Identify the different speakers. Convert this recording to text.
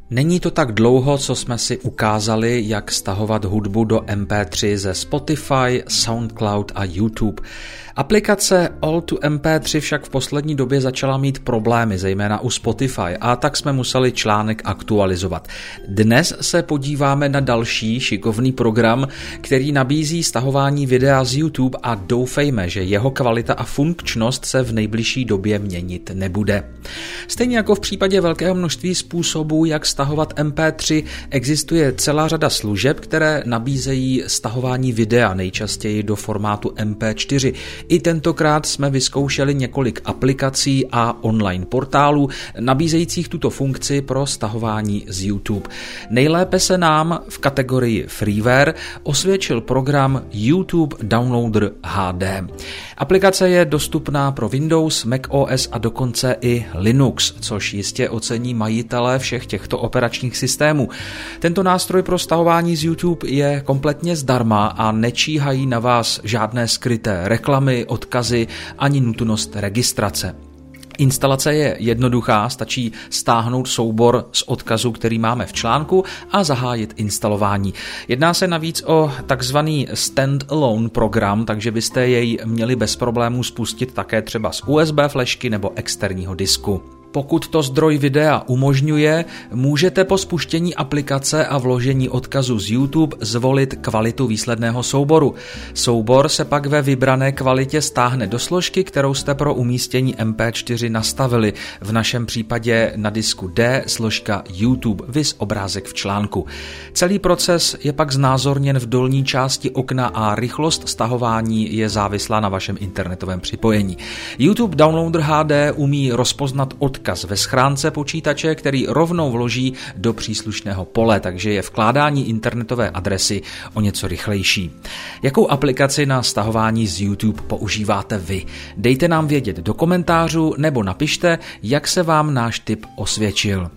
Speaker 1: Není to tak dlouho, co jsme si ukázali, jak stahovat hudbu do MP3 ze Spotify, SoundCloud a YouTube. Aplikace All2MP3 však v poslední době začala mít problémy, zejména u Spotify, a tak jsme museli článek aktualizovat. Dnes se podíváme na další šikovný program, který nabízí stahování videa z YouTube a doufejme, že jeho kvalita a funkčnost se v nejbližší době měnit nebude. Stejně jako v případě velkého množství způsobů, jak stahovat MP3, existuje celá řada služeb, které nabízejí stahování videa, nejčastěji do formátu MP4. I tentokrát jsme vyzkoušeli několik aplikací a online portálů nabízejících tuto funkci pro stahování z YouTube. Nejlépe se nám v kategorii freeware osvědčil program YouTube Downloader HD. Aplikace je dostupná pro Windows, macOS a dokonce i Linux, což jistě ocení majitelé všech těchto operačních systémů. Tento nástroj pro stahování z YouTube je kompletně zdarma a nečíhají na vás žádné skryté reklamy, odkazy ani nutnost registrace. Instalace je jednoduchá, stačí stáhnout soubor z odkazu, který máme v článku a zahájit instalování. Jedná se navíc o takzvaný stand-alone program, takže byste jej měli bez problémů spustit také třeba z USB flešky nebo externího disku. Pokud to zdroj videa umožňuje, můžete po spuštění aplikace a vložení odkazu z YouTube zvolit kvalitu výsledného souboru. Soubor se pak ve vybrané kvalitě stáhne do složky, kterou jste pro umístění MP4 nastavili. V našem případě na disku D složka YouTube viz obrázek v článku. Celý proces je pak znázorněn v dolní části okna a rychlost stahování je závislá na vašem internetovém připojení. YouTube Downloader HD umí rozpoznat odkaz ve schránce počítače, který rovnou vloží do příslušného pole, takže je vkládání internetové adresy o něco rychlejší. Jakou aplikaci na stahování z YouTube používáte vy? Dejte nám vědět do komentářů nebo napište, jak se vám náš tip osvědčil.